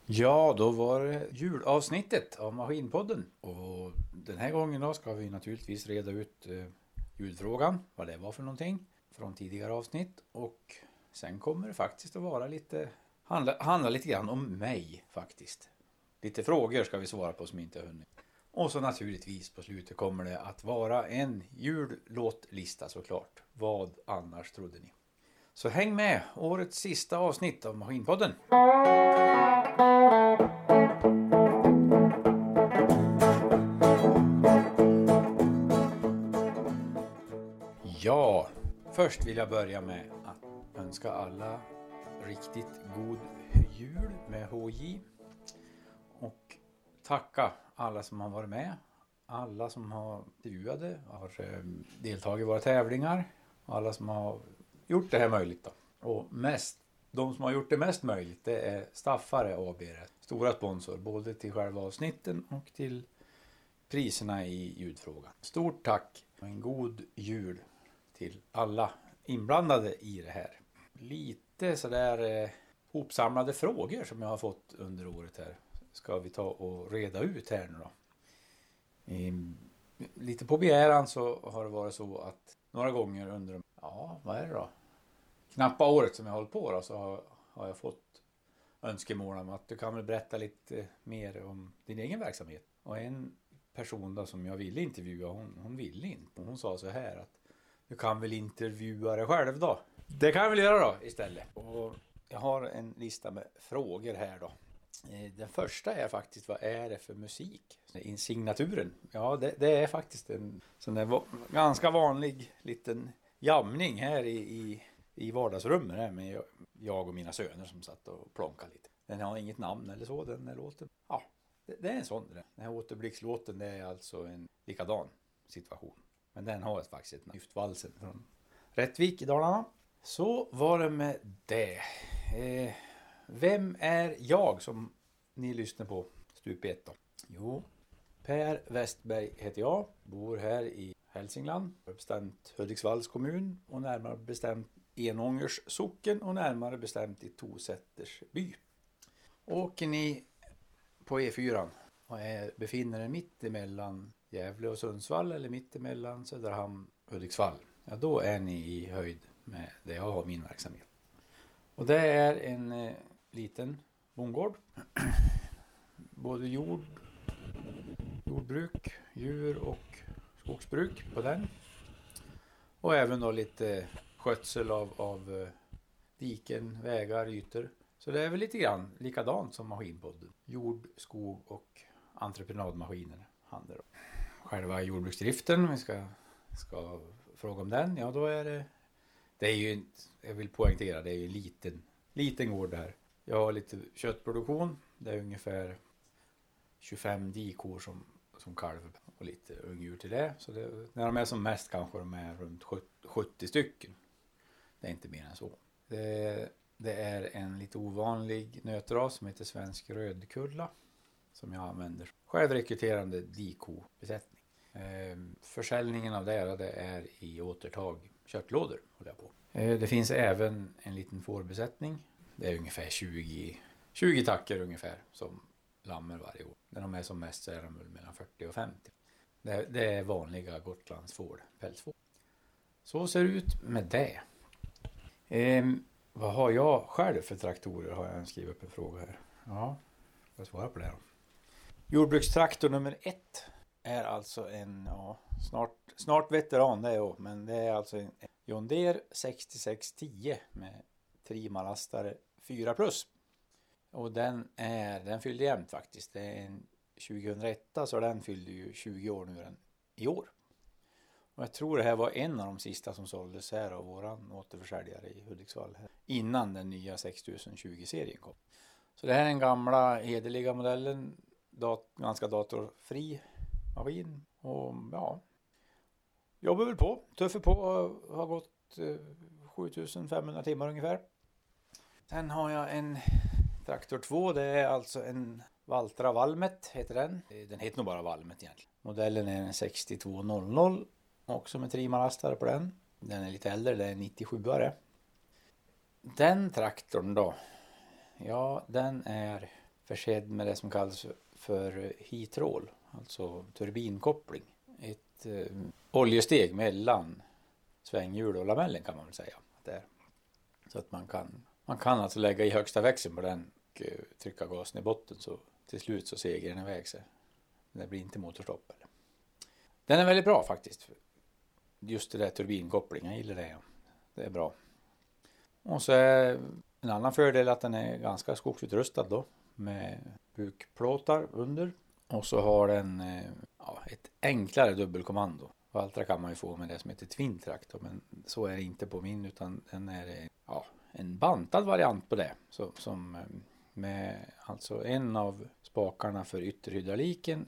Ja, då var det julavsnittet av Maskinpodden. Och den här gången då ska vi naturligtvis reda ut ljudfrågan, vad det var för någonting från tidigare avsnitt. Och sen kommer det faktiskt att vara handla lite grann om mig faktiskt. Lite frågor ska vi svara på som inte har hunnit. Och så naturligtvis på slutet kommer det att vara en jullåtlista såklart. Vad annars trodde ni? Så häng med, årets sista avsnitt av Maskinpodden. Ja, först vill jag börja med att önska alla riktigt god jul med HJ. Och tacka alla som har varit med. Alla som har intervjuade, har deltagit i våra tävlingar. Alla som har gjort det här möjligt då. Och de som har gjort det mest möjligt, det är Staffare AB. Stora sponsor, både till själva avsnitten och till priserna i ljudfrågan. Stort tack och en god jul till alla inblandade i det här. Lite sådär hopsamlade frågor som jag har fått under året här. Ska vi ta och reda ut här nu då. Lite på begäran så har det varit så att några gånger under, vad är det då? Knappa året som jag har hållit på då, så har jag fått önskemål om att du kan väl berätta lite mer om din egen verksamhet. Och en person då som jag ville intervjua, hon ville inte. Hon sa så här att du kan väl intervjua dig själv då. Det kan jag väl göra då istället. Och jag har en lista med frågor här då. Den första är faktiskt, vad är det för musik? Signaturen. Ja, det är faktiskt en sån där ganska vanlig liten jamning här i vardagsrummet här med jag och mina söner som satt och plonkade lite. Den har inget namn eller så, den här låten. Ja, det är en sån. Den här återblickslåten, det är alltså en likadan situation. Men den har faktiskt ett namn. Lyftvalsen från Rättvik i Dalarna. Så var det med det. Vem är jag som ni lyssnar på stup 1 då? Jo, Per Westberg heter jag. Bor här i Hälsingland. Bestämt Hudiksvalls kommun och närmare bestämt Enångers socken och närmare bestämt i Tosättersby. Åker ni på E4 och befinner er mitt emellan Gävle och Sundsvall eller mitt emellan Söderhamn och Hudiksvall. Ja, då är ni i höjd med det jag har min verksamhet. Och det är en liten bondgård. Både jordbruk, djur och skogsbruk på den. Och även då lite skötsel av diken, vägar, ytor. Så det är väl lite grann likadant som Maskinpodden. Jord, skog och entreprenadmaskiner handlar om. Själva jordbruksdriften, vi ska fråga om den. Ja, då är det är ju, jag vill poängtera, det är ju en liten gård där. Jag har lite köttproduktion. Det är ungefär 25 dikor som kalv och lite ungdjur till det. Så när de är som mest kanske de är runt 70 stycken. Det är inte mer än så. Det är en lite ovanlig nötras som heter svensk rödkulla. Som jag använder. Självrekryterande dikobesättning. Försäljningen av det är i återtag köttlådor håller jag på. Det finns även en liten fårbesättning. Det är ungefär 20 tacker ungefär som lammer varje år. När de är som mest så är de mellan 40 och 50. Det är vanliga Gotlandsfår, pälsfår. Så ser det ut med det. Vad har jag själv för traktorer har jag skrivit upp en fråga här. Ja, jag svarar på det då. Jordbrukstraktor nummer 1 är alltså en snart veteran det är jag, men det är alltså en John Deere 6610 med trimalastare 4+. Och den fyllde jämnt faktiskt. Det är en 2001 så den fyllde ju 20 år nu i år. Och jag tror det här var en av de sista som såldes här av våran återförsäljare i Hudiksvall här, innan den nya 6020-serien kom. Så det här är den gamla hederliga modellen, ganska datorfri maskin och ja, jobbar väl på, tuffar på och har gått 7500 timmar ungefär. Sen har jag en traktor 2, det är alltså en Valtra Valmet heter den. Den heter nog bara Valmet egentligen. Modellen är en 6200 också med trimalastare på den. Den är lite äldre, det är 97-are. Den traktorn då, ja den är försedd med det som kallas för heat roll, alltså turbinkoppling. Ett oljesteg mellan svänghjul och lamellen kan man väl säga. Där. Så att man kan alltså lägga i högsta växeln på den och trycka gasen i botten, så till slut så seger den iväg sig. Det blir inte motorstopp. Den är väldigt bra faktiskt. Just det där turbinkopplingen, jag gillar det. Ja. Det är bra. Och så är en annan fördel att den är ganska skogsutrustad då. Med bukplåtar under. Och så har den ett enklare dubbelkommando. Valtra kan man ju få med det som heter Twin Track då, men så är det inte på min, utan den är en bantad variant på det. Som med alltså en av spakarna för ytterhydrauliken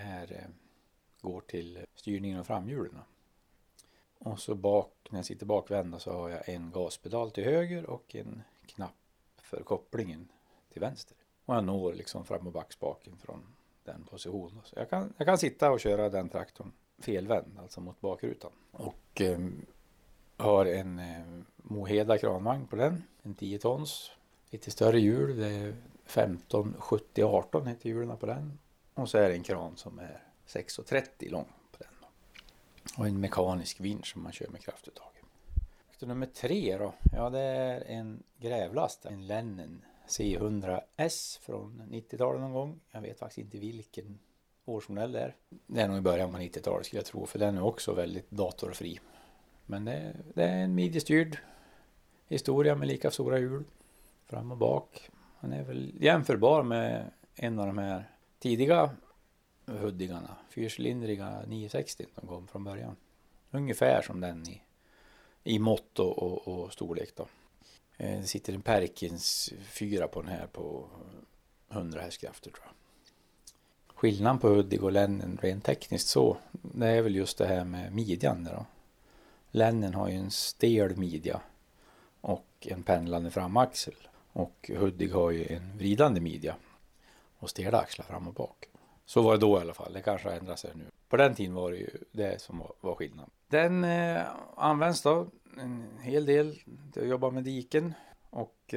går till styrningen av framhjulen. Och så när jag sitter bakvänd så har jag en gaspedal till höger och en knapp för kopplingen till vänster. Och jag når liksom fram- och backspaken från den positionen. Så jag kan sitta och köra den traktorn felvänd, alltså mot bakrutan. Och har en Moheda kranvagn på den, en 10 tons. Lite större hjul, det är 15, 70, 18 heter hjulen på den. Och så är det en kran som är 6,30 lång på den. Och en mekanisk vinsch som man kör med kraftuttag. Nummer 3 då, ja det är en grävlast, en Lennon C100S från 90-talet någon gång. Jag vet faktiskt inte vilken årsmodell det är. Det är nog i början på 90-talet skulle jag tro, för den är också väldigt datorfri. Men det är en midjestyrd historia med lika stora hjul fram och bak. Den är väl jämförbar med en av de här tidiga Hudigarna, fyrcylindriga 960 som kom från början. Ungefär som den i mått och storlek då. Det sitter en Perkins 4 på den här på 100 hästkrafter tror jag. Skillnaden på Hudig och Lennon rent tekniskt så, det är väl just det här med midjan där då. Lennon har ju en stel midja och en pendlande framaxel. Och Hudig har ju en vridande midja och stela axlar fram och bak. Så var det då i alla fall, det kanske har ändrat sig nu. På den tiden var det ju det som var skillnaden. Den används då en hel del till att jobba med diken och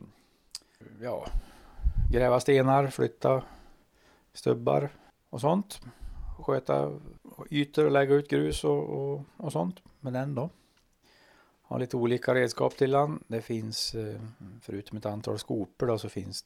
gräva stenar, flytta stubbar och sånt. Sköta ytor och lägga ut grus och sånt med den då. Har lite olika redskap till den. Det finns, förutom ett antal skopor då, så finns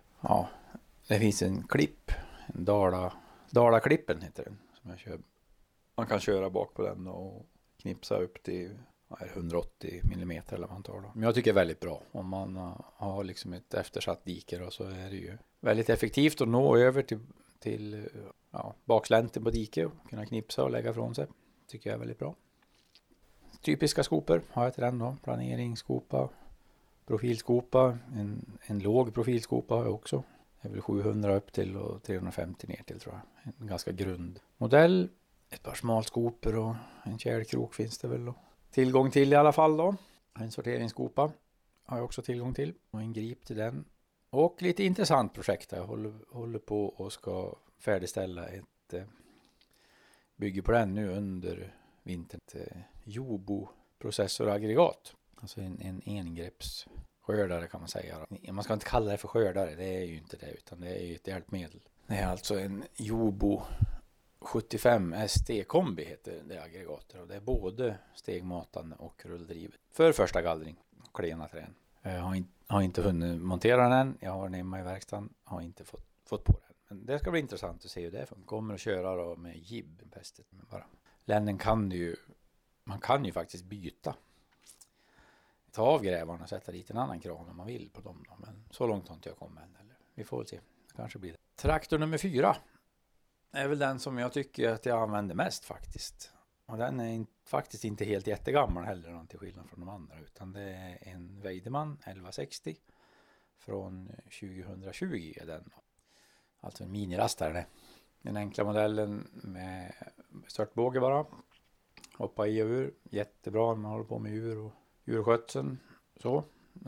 det finns en klipp. En Dala-klippen heter den. Som jag kör. Man kan köra bak på den och knipsa upp till 180 mm eller vad man tar då. Men jag tycker det är väldigt bra. Om man har liksom ett eftersatt dike då, så är det ju väldigt effektivt att nå över till bakslänten på diket och kunna knipsa och lägga från sig. Tycker jag är väldigt bra. Typiska skopor har jag till den då. Planeringsskopa, profilskopa, en låg profilskopa har jag också. Det är väl 700 upp till och 350 ner till tror jag. En ganska grund modell. Ett par smalskopor och en kärlkrok finns det väl då. Tillgång till i alla fall då. En sorteringsskopa har jag också tillgång till. Och en grip till den. Och lite intressant projekt. Jag håller på och ska färdigställa ett bygge på den nu under vintern. Ett Jobo processoraggregat. Alltså en engreppsskördare kan man säga. Man ska inte kalla det för skördare, det är ju inte det, utan det är ju ett hjälpmedel. Det är alltså en Jobo 75 ST-kombi heter det aggregatet. Och det är både stegmatande och rulldrivet. För första gallring, klena trän. Jag har inte hunnit montera den än. Jag har den hemma i verkstaden. Har inte fått på den. Men det ska bli intressant att se hur det funkar. Kommer att köra då med jib bästet. Lännen man kan ju faktiskt byta. Ta av grävarna och sätta dit en annan kran om man vill på dem. Men så långt har inte jag kommit än. Eller vi får väl se. Det kanske blir det. Traktor nummer 4 är väl den som jag tycker att jag använder mest faktiskt. Och den är faktiskt inte helt jättegammal heller till skillnad från de andra. Utan det är en Weidemann 1160 från 2020 är den. Alltså en minirastare. Den enkla modellen med störtbåge bara. Hoppa i och ur. Jättebra när man håller på med djur och djurskötseln. Så.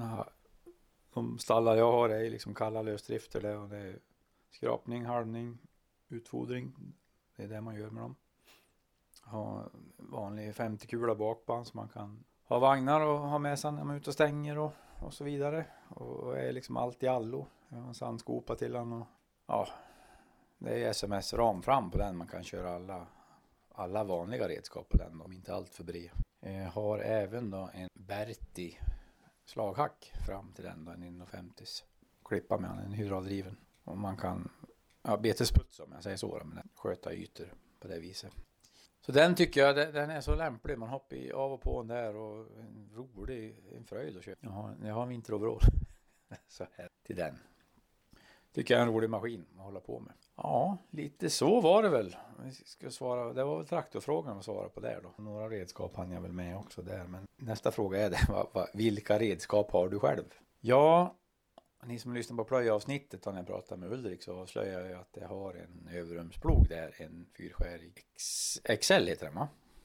De stallar jag har är liksom kalla lösdrifter där. Och det är skrapning, halvning, utfodring. Det är det man gör med dem. Ha vanlig 50-kula bakband så man kan ha vagnar och ha med sig när man är ute och stänger och så vidare. Och är liksom allt i allo. Jag har en sandskopa till den och ja, det är SMS-ram fram på den. Man kan köra alla vanliga redskap på den, de är inte allt för bred. Har även då en Berti slaghack fram till den då, en 1,50. Klippa med en hydrauldriven. Och man kan betesputsa om jag säger så, men sköta ytor på det viset. Så den tycker jag, den är så lämplig. Man hoppar i av och på den där och en fröjd att köpa. Jag har en vinteroverall så här till den. Tycker jag är en rolig maskin att hålla på med. Ja, lite så var det väl. Vi ska svara, det var väl traktorfrågan att svara på där då. Några redskap hann jag väl med också där. Men nästa fråga är det, vilka redskap har du själv? Ja, ni som lyssnar på plöjavsnittet när jag pratar med Ulrik så avslöjar jag att jag har en överrumsplog där. En fyrskärig XL heter den va?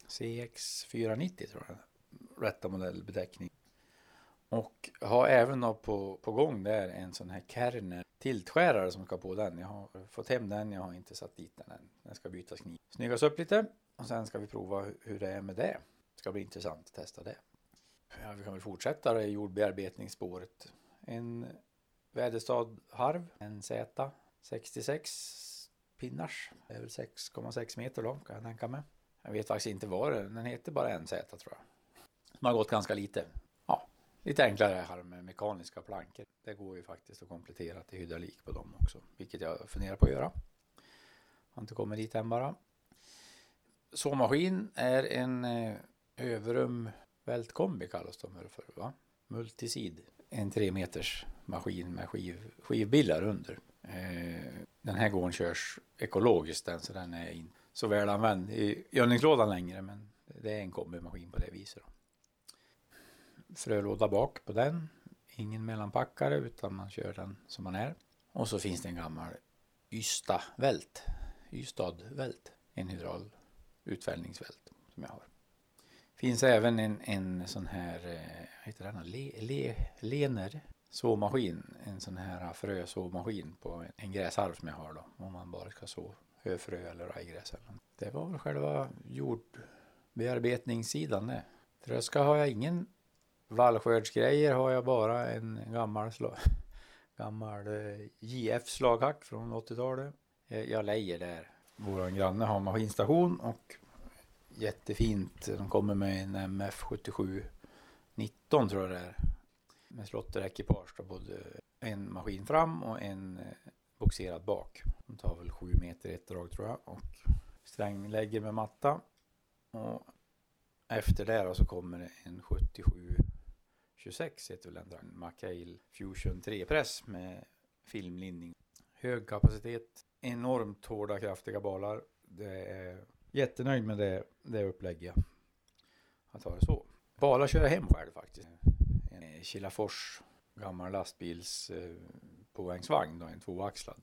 CX490 tror jag. Rätta modellbeteckning. Och har även då på gång där en sån här Kerner tiltskärare som ska på den. Jag har fått hem den, jag har inte satt dit den än. Den ska bytas kniv. Snyggas upp lite och sen ska vi prova hur det är med det. Det ska bli intressant att testa det. Ja, vi kan väl fortsätta i jordbearbetningsspåret. En Väderstad harv, en Z 66 pinnars. Det är väl 6,6 meter lång kan jag tänka mig. Jag vet faktiskt inte vad den heter, bara en Z tror jag. Den har gått ganska lite. Ja, lite enklare här med mekaniska plankor. Det går ju faktiskt att komplettera till hydraulik på dem också. Vilket jag funderar på att göra. Har inte kommit dit än bara. Såmaskin är en överrum vältkombi kallas de för va? Multisid. En 3 meters maskin med skivbillar under. Den här gården körs ekologiskt så den är inte så väl använd i gödningslådan längre, men det är en kombimaskin på det viset då. Frölåda bak på den, ingen mellanpackare utan man kör den som man är. Och så finns det en gammal Ystadvält, en hydraul utfällningsvält som jag har. Finns även en sån här, heter den, Lener såmaskin, en sån här frösåmaskin på en gräsharv som jag har då, om man bara ska så höfrö eller rajgräs. Det var väl själva jordbearbetningssidan det. Tröska har jag ingen, vallskördsgrejer har jag bara en gammal JF slaghack från 80-talet. Jag lejer där. Vår granne har maskinstation och jättefint. De kommer med en MF77 19 tror jag det är. Med slotterekipage. Både en maskin fram och en boxerad bak. De tar väl 7 meter ett drag tror jag. Och stränglägger med matta. Och efter det så kommer det en 7726 heter väl en Macail Fusion 3 press med filmlinning. Hög kapacitet. Enormt hårda kraftiga balar. Det är jättenöjd med det upplägget. Jag tar det så. Balar kör jag hem själv faktiskt. En Kilafors gammal lastbils påhängsvagn då, en tvåaxlad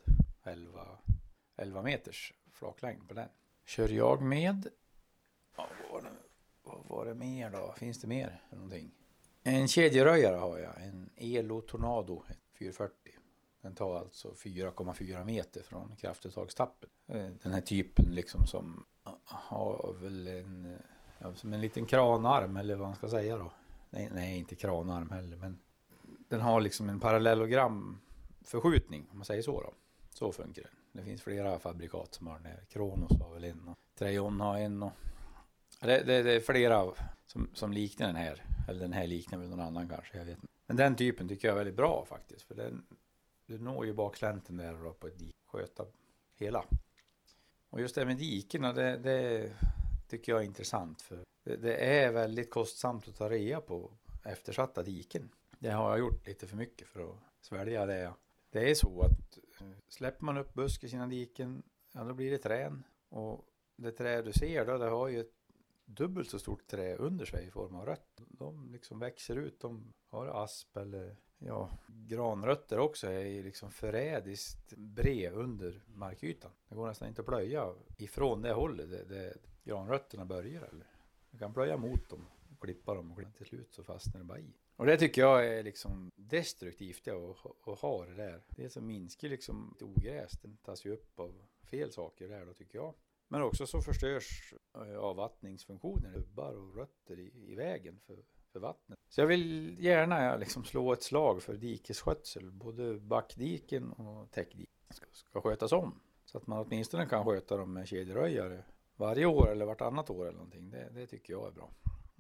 11 meters flaklängd på den. Kör jag med. Ja, vad var det mer då? Finns det mer för någonting? En kedjeröjare har jag. En Elo Tornado 440. Den tar alltså 4,4 meter från kraftuttagstappen. Den här typen liksom som har väl som en liten kranarm eller vad man ska säga då. Nej, inte kranarm heller, men den har liksom en parallellogramförskjutning om man säger så då. Så funkar den. Det finns flera fabrikat som har den här. Kronos har väl en och Trejon har en och det är flera som liknar den här. Eller den här liknar väl någon annan kanske, jag vet inte. Men den typen tycker jag är väldigt bra faktiskt. För du når ju bakslänten där då på ett dik. Sköta hela. Och just det med dikerna, det tycker jag är intressant. För det är väldigt kostsamt att ta rea på eftersatta diken. Det har jag gjort lite för mycket för att svälja det. Det är så att släpper man upp busk i sina diken, ja då blir det trän. Och det trä du ser då, det har ju ett dubbelt så stort trä under sig i form av rött. De liksom växer ut, de har asp eller granrötter också är liksom förrädiskt bred under markytan. Det går nästan inte att plöja ifrån det hållet det granrötterna börjar. Eller du kan plöja mot dem och klippa dem och till slut så fastnar det bara i. Och det tycker jag är liksom destruktivt att ha det där. Det som minskar liksom ogräs, den tas ju upp av fel saker där då tycker jag. Men också så förstörs avvattningsfunktioner, dubbar och rötter i vägen för vattnet. Så jag vill gärna liksom slå ett slag för dikesskötsel. Både backdiken och täckdiken ska skötas om. Så att man åtminstone kan sköta dem med kedjeröjare varje år eller vartannat år eller någonting. Det tycker jag är bra.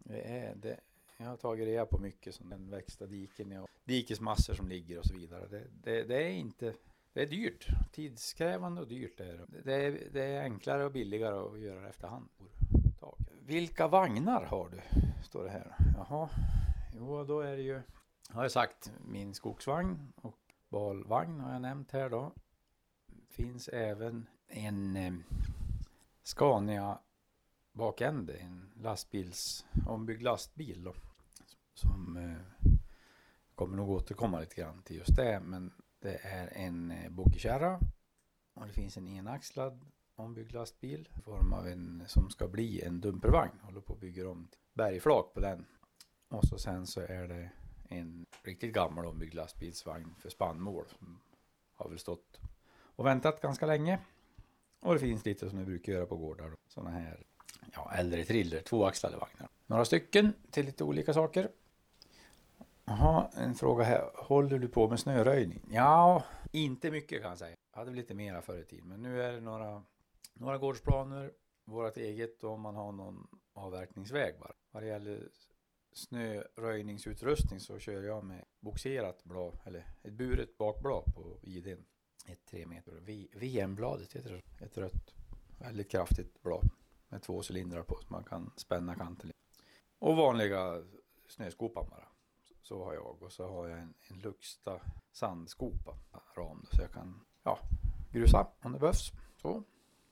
Jag har tagit reda på mycket som den växta diken och dikesmassor som ligger och så vidare. Det är dyrt. Tidskrävande och dyrt är det. Det är enklare och billigare att göra det efterhand. Vilka vagnar har du? Står det här. Jaha. Jo, då är det ju, har jag sagt, min skogsvagn och balvagn har jag nämnt här då. Finns även en Scania bakände, en ombyggd lastbil då, som kommer nog återkomma lite grann till just det, men det är en boggikärra och det finns en enaxlad ombyggd lastbil i form av en som ska bli en dumpervagn. Håller på att bygga om bergflak på den. Och så sen så är det en riktigt gammal ombyggd lastbilsvagn för spannmål som har väl stått och väntat ganska länge. Och det finns lite som vi brukar göra på gårdar. Sådana här äldre triller, tvåaxlade vagnar. Några stycken till lite olika saker. Jaha, en fråga här. Håller du på med snöröjning? Ja, inte mycket kan jag säga. Jag hade lite mera förr i tiden. Men nu är det några gårdsplaner. Vårat eget om man har någon avverkningsväg bara. Vad det gäller snöröjningsutrustning så kör jag med boxerat blad. Eller ett buret bakblad på idén. Ett 3 meter. VM-bladet heter det. Ett rött, väldigt kraftigt blad. Med 2 cylindrar på så man kan spänna kanten. Och vanliga snöskopan bara. Så har jag. Och så har jag en Luxta sandskopa ram. Så jag kan grusa om det behövs. Så.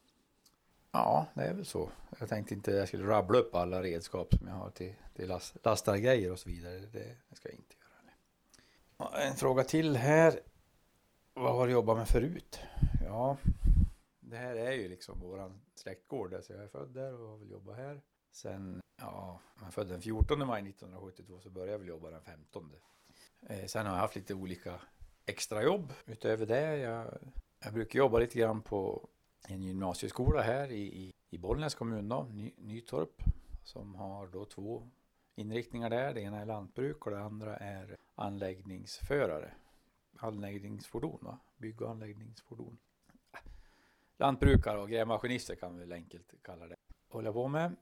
Ja, det är väl så. Jag tänkte inte att jag skulle rabbla upp alla redskap som jag har till lastargrejer och så vidare. Det ska jag inte göra. En fråga till här. Vad har du jobbat med förut? Ja, det här är ju liksom våran släktgård. Så jag är född där och har väl jobbat här. Sen, jag födde den 14 maj 1972 så började jag väl jobba den 15. Sen har jag haft lite olika extrajobb utöver det. Jag brukar jobba lite grann på en gymnasieskola här i Bollnäs kommun då, Nytorp. Som har då 2 inriktningar där. Det ena är lantbruk och det andra är anläggningsförare. Anläggningsfordon va? Bygg- och anläggningsfordon. Lantbrukare och grävmaskinister kan vi väl enkelt kalla det. Håller på med.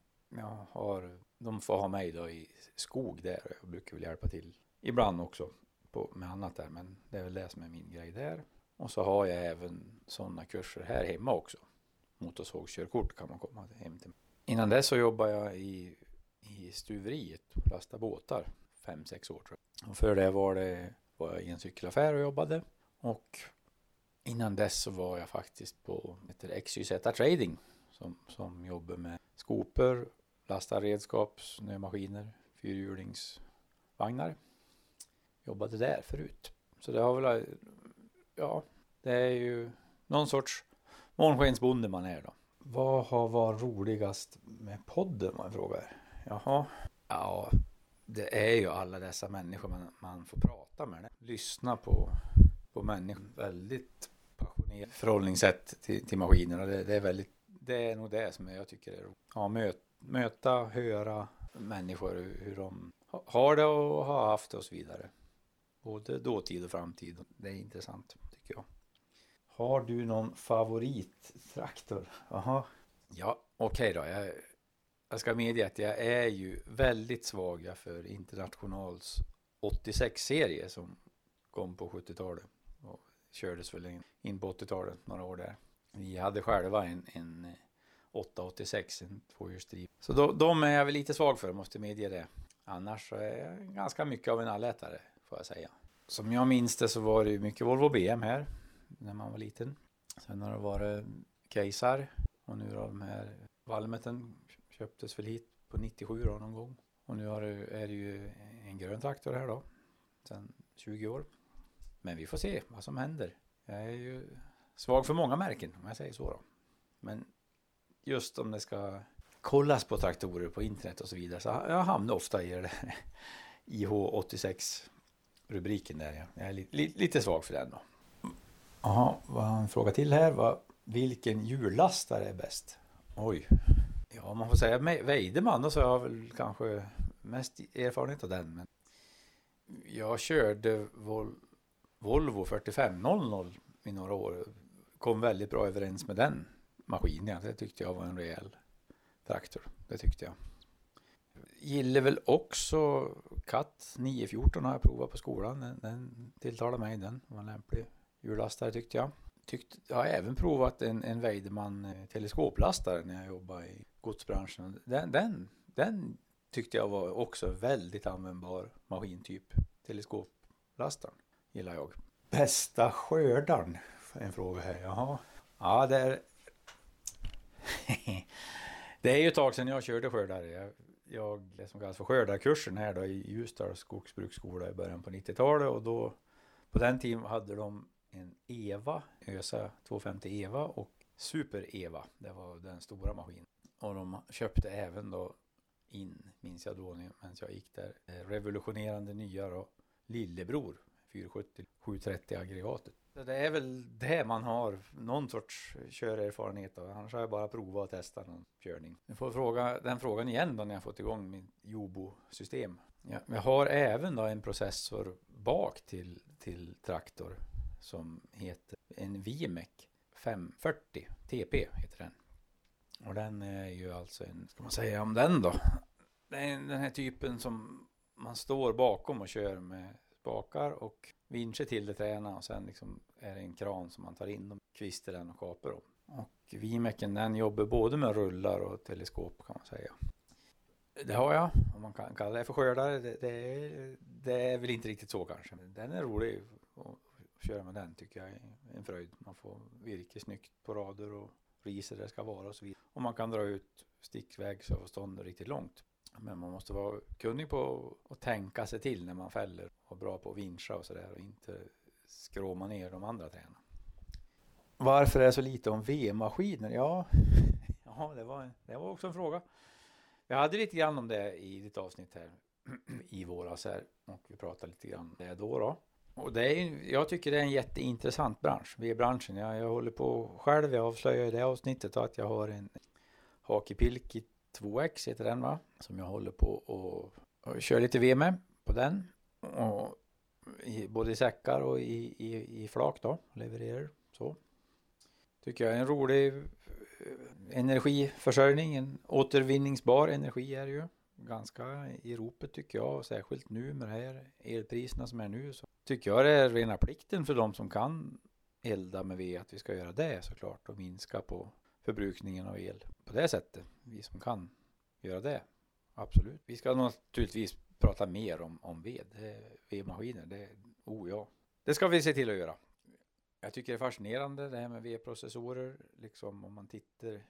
De får ha mig då i skog där och jag brukar väl hjälpa till ibland också med annat där. Men det är väl det som är min grej där. Och så har jag även sådana kurser här hemma också. Motorsågskörkort kan man komma hem till. Innan dess så jobbade jag i stuveriet och lastade båtar 5-6 år tror jag. Och för det var jag i en cykelaffär och jobbade. Och innan dess så var jag faktiskt på XYZ Trading som jobbar med skopor, lastarredskap, snömaskiner, fyrhjulingsvagnar. Jobbade där förut. Så det har väl, det är ju någon sorts månskensbonde man är då. Vad har varit roligast med podden man frågar? Jaha. Ja, det är ju alla dessa människor man får prata med. Lyssna på människor. Väldigt passionerat förhållningssätt till maskinerna. Det är nog det som jag tycker är roligt. Ja, möta, höra människor hur de har det och har haft det och så vidare. Både dåtid och framtid. Det är intressant tycker jag. Har du någon favorittraktor? Jaha. Ja, okej då. Jag ska medge att jag är ju väldigt svag för Internationals 86-serie som kom på 70-talet. Och kördes väl in på 80-talet några år där. Vi hade själva en 886, en 2-hjulsdriv. Så de är jag väl lite svag för, måste medge det. Annars är jag ganska mycket av en allätare, får jag säga. Som jag minns det så var det ju mycket Volvo BM här när man var liten. Sen har det varit Kejsar och nu har de här Valmeten köptes väl hit på 97 då någon gång. Och nu är det ju en grön traktor här då, sen 20 år. Men vi får se vad som händer. Jag är ju svag för många märken om jag säger så då. Men just om det ska kollas på traktorer på internet och så vidare så jag hamnar ofta i det IH86-rubriken där. Jag är lite svag för den då. Jaha, vad har en fråga till här? Vilken hjullastare är bäst? Oj. Ja, man får säga Weideman och så har jag väl kanske mest erfarenhet av den. Men jag körde Volvo 4500 i några år. Kom väldigt bra överens med den maskinen. Det tyckte jag var en rejäl traktor. Det tyckte jag. Gillar väl också Cat 914 har jag provat på skolan. Den tilltalade mig. Den var en lämplig hjullastare tyckte jag. Jag har även provat en Weidemann teleskoplastare när jag jobbade i godsbranschen. Den tyckte jag var också väldigt användbar maskintyp. Teleskoplastaren gillar jag. Bästa skördaren? En fråga här. Jaha. Ja, det är ju ett tag sedan jag körde skördare. Det som kallas för skördarkursen här då i Ljusdal skogsbruksskola i början på 90-talet. Och då på den tiden hade de en Eva, ÖSA 250 Eva och Super Eva. Det var den stora maskinen. Och de köpte även då minns jag då medan jag gick där, revolutionerande nya då, Lillebror 470 730 aggregatet. Så det är väl det man har någon sorts körerfarenhet av. Annars har jag bara provat och testat någon körning. Jag får fråga den frågan igen då när jag fått igång mitt Jobo-system. Ja, jag har även då en processor bak till traktor som heter en VMEC 540 TP heter den. Och den är ju alltså ska man säga om den då? Det är den här typen som man står bakom och kör med spakar och vinscher till det träna och sen liksom är det en kran som man tar in och kvistar den och kapar dem. Och VMECen den jobbar både med rullar och teleskop kan man säga. Det har jag, om man kan kalla det för skördare. Det är väl inte riktigt så kanske. Men den är rolig att köra med den tycker jag är en fröjd. Man får virke snyggt på rader och riser det ska vara och så vidare. Och man kan dra ut stickvägsavstånd riktigt långt. Men man måste vara kunnig på att tänka sig till när man fäller och bra på att vinscha och sådär och inte skråma ner de andra träna. Varför är det så lite om V-maskiner? Ja, det var också en fråga. Jag hade lite grann om det i ditt avsnitt här i våras här och vi pratade lite grann om det då. Och jag tycker det är en jätteintressant bransch, V-branschen. Jag håller på själv, jag avslöjar i det avsnittet att jag har en Haki-Pilki 2X heter den va? Som jag håller på och kör lite V med på den. Och både i säckar och i flak då, levererar så. Tycker jag är en rolig energiförsörjning, en återvinningsbar energi är det ju. Ganska i ropet tycker jag, särskilt nu med de här elpriserna som är nu så tycker jag det är rena plikten för de som kan elda med ved att vi ska göra det såklart och minska på förbrukningen av el på det sättet. Vi som kan göra det, absolut. Vi ska naturligtvis prata mer om ved, vedmaskiner, det ska vi se till att göra. Jag tycker det är fascinerande det här med vedprocessorer, liksom om man tittar,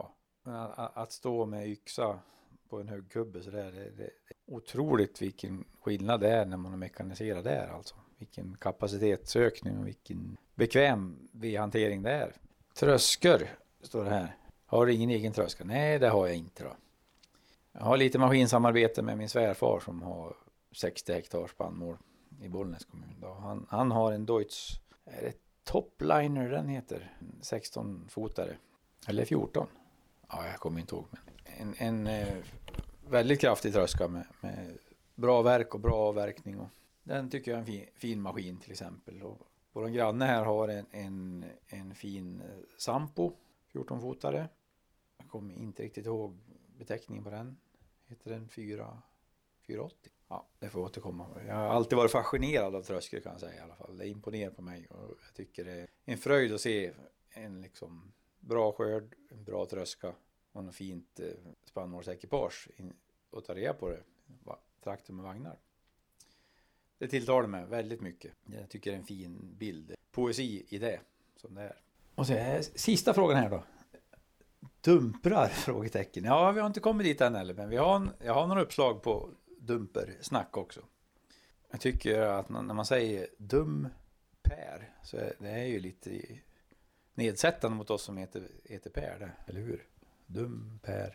att stå med yxa på en högkubbe så där, det är otroligt vilken skillnad det är när man är mekaniserad där alltså. Vilken kapacitetsökning och vilken bekväm vedhantering det är. Trösker står det här. Har du ingen egen tröska? Nej, det har jag inte då. Jag har lite maskinsamarbete med min svärfar som har 60 hektar spannmål i Bollnäs kommun. Då. Han har en Deutz, är det Topliner den heter, 16-fotare. Eller 14. Ja, jag kommer inte ihåg. Men en väldigt kraftig tröska med bra verk och bra avverkning. Och den tycker jag är en fin maskin till exempel. Och vår granne här har en fin Sampo 14-fotare. Jag kommer inte riktigt ihåg beteckningen på den. Heter den 480? Ja, det får återkomma. Jag har alltid varit fascinerad av tröskor kan jag säga i alla fall. Det imponerar på mig och jag tycker det är en fröjd att se en liksom bra skörd, en bra tröska och en fint spannmålsekipage och ta reda på det. Traktor med vagnar. Det tilltalar mig väldigt mycket. Jag tycker det är en fin bild. Poesi i det som det är. Och så sista frågan här då. Dumprar? Frågetecken. Ja, vi har inte kommit dit än heller, men jag har några uppslag på dumpersnack också. Jag tycker att när man säger dumper så det är ju lite nedsättande mot oss som heter Per det, eller hur? Dumper.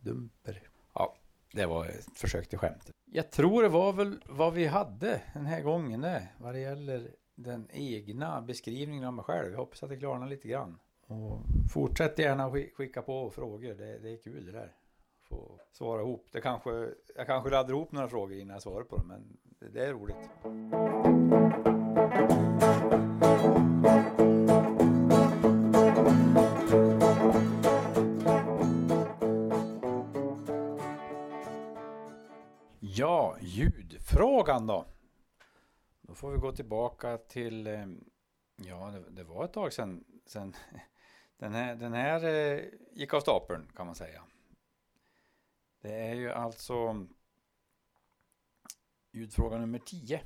Ja, det var ett försök till skämt. Jag tror det var väl vad vi hade den här gången vad det gäller den egna beskrivningen av mig själv. Jag hoppas att det klarnar lite grann. Och fortsätt gärna skicka på frågor. Det är kul det där. få svara ihop. Jag kanske laddar ihop några frågor innan jag svarar på dem, men det är roligt. Ja, ljudfrågan då. Då får vi gå tillbaka till, det var ett tag sedan den här gick av stapeln, kan man säga. Det är ju alltså ljudfråga nummer 10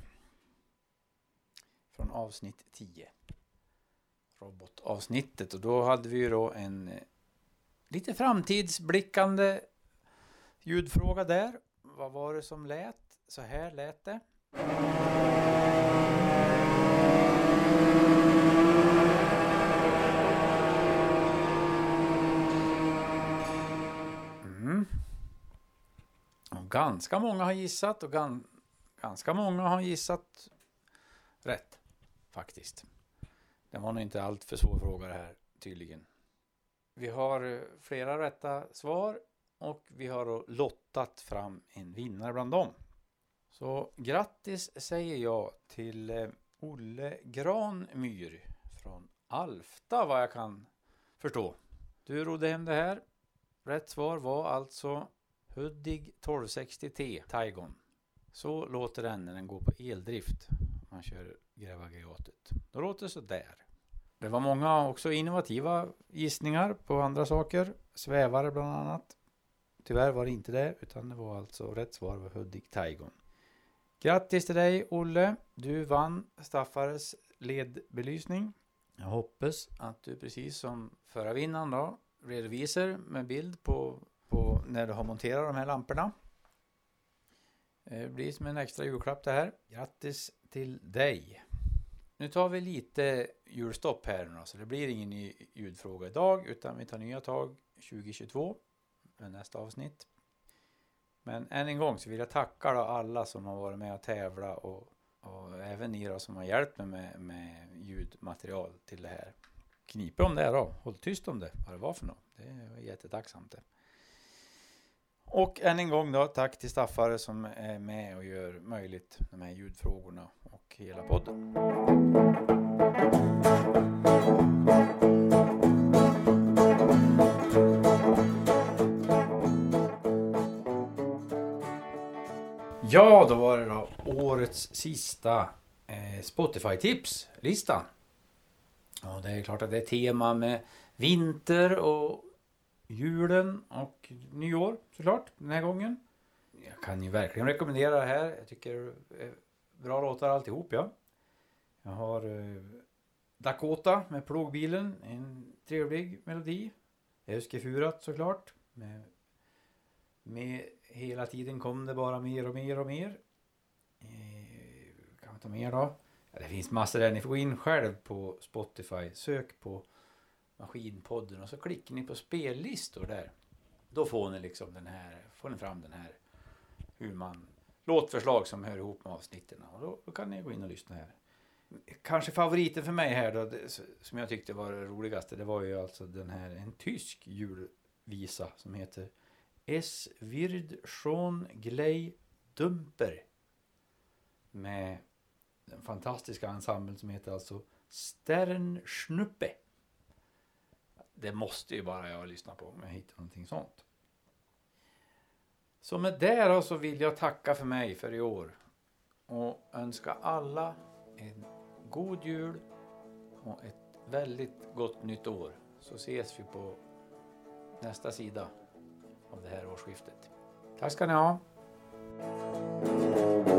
från avsnitt 10. Robotavsnittet, och då hade vi ju då en lite framtidsblickande ljudfråga där. Vad var det som lät? Så här lät det. Och ganska många har gissat och ganska många har gissat rätt faktiskt. Det var nog inte allt för svår fråga det här tydligen. Vi har flera rätta svar och vi har då lottat fram en vinnare bland dem. Så grattis säger jag till Olle Granmyr från Alfta, vad jag kan förstå. Du rodde hem det här. Rätt svar var alltså Hudig 1260T Taigon. Så låter den när den går på eldrift. Man kör grävaggregatet. Då låter det så där. Det var många också innovativa gissningar på andra saker. Svävare bland annat. Tyvärr var det inte det, utan det var alltså rätt svar var Hudig Taigon. Grattis till dig Olle. Du vann Staffares ledbelysning. Jag hoppas att du precis som förra vinnaren då redovisar med bild på när du har monterat de här lamporna. Det blir som en extra julklapp det här. Grattis till dig. Nu tar vi lite julstopp här nu, så det blir ingen ny ljudfråga idag, utan vi tar nya tag 2022 med nästa avsnitt. Men än en gång så vill jag tacka då alla som har varit med och tävla och även ni då som har hjälpt mig med ljudmaterial till det här. Kniper om det då, håll tyst om det, vad det var för något. Det är jättetacksamt det. Och än en gång då, tack till Staffare som är med och gör möjligt de här ljudfrågorna och hela podden. Ja, då var det då årets sista Spotify-tips-listan. Ja, det är klart att det är tema med vinter och julen och nyår såklart den här gången. Jag kan ju verkligen rekommendera det här. Jag tycker det är bra låtar alltihop, ja. Jag har Dakota med plogbilen, en trevlig melodi. Öskefurat såklart. Med hela tiden kom det bara mer och mer och mer. Kan vi ta mer då? Ja, det finns massor där. Ni får gå in själv på Spotify. Sök på Maskinpodden och så klickar ni på spellistor där. Då får ni liksom får ni fram den här låtförslag som hör ihop med avsnitten. Och då kan ni gå in och lyssna här. Kanske favoriten för mig här då, som jag tyckte var det roligaste, det var ju alltså en tysk julvisa som heter Es wird schon gleich dumper, med den fantastiska ensemblen som heter alltså Sternschnuppe. Det måste ju bara jag lyssna på om jag hittar någonting sånt. Så med det då så vill jag tacka för mig för i år och önska alla en god jul och ett väldigt gott nytt år. Så ses vi på nästa sida av det här årsskiftet. Tack ska ni ha.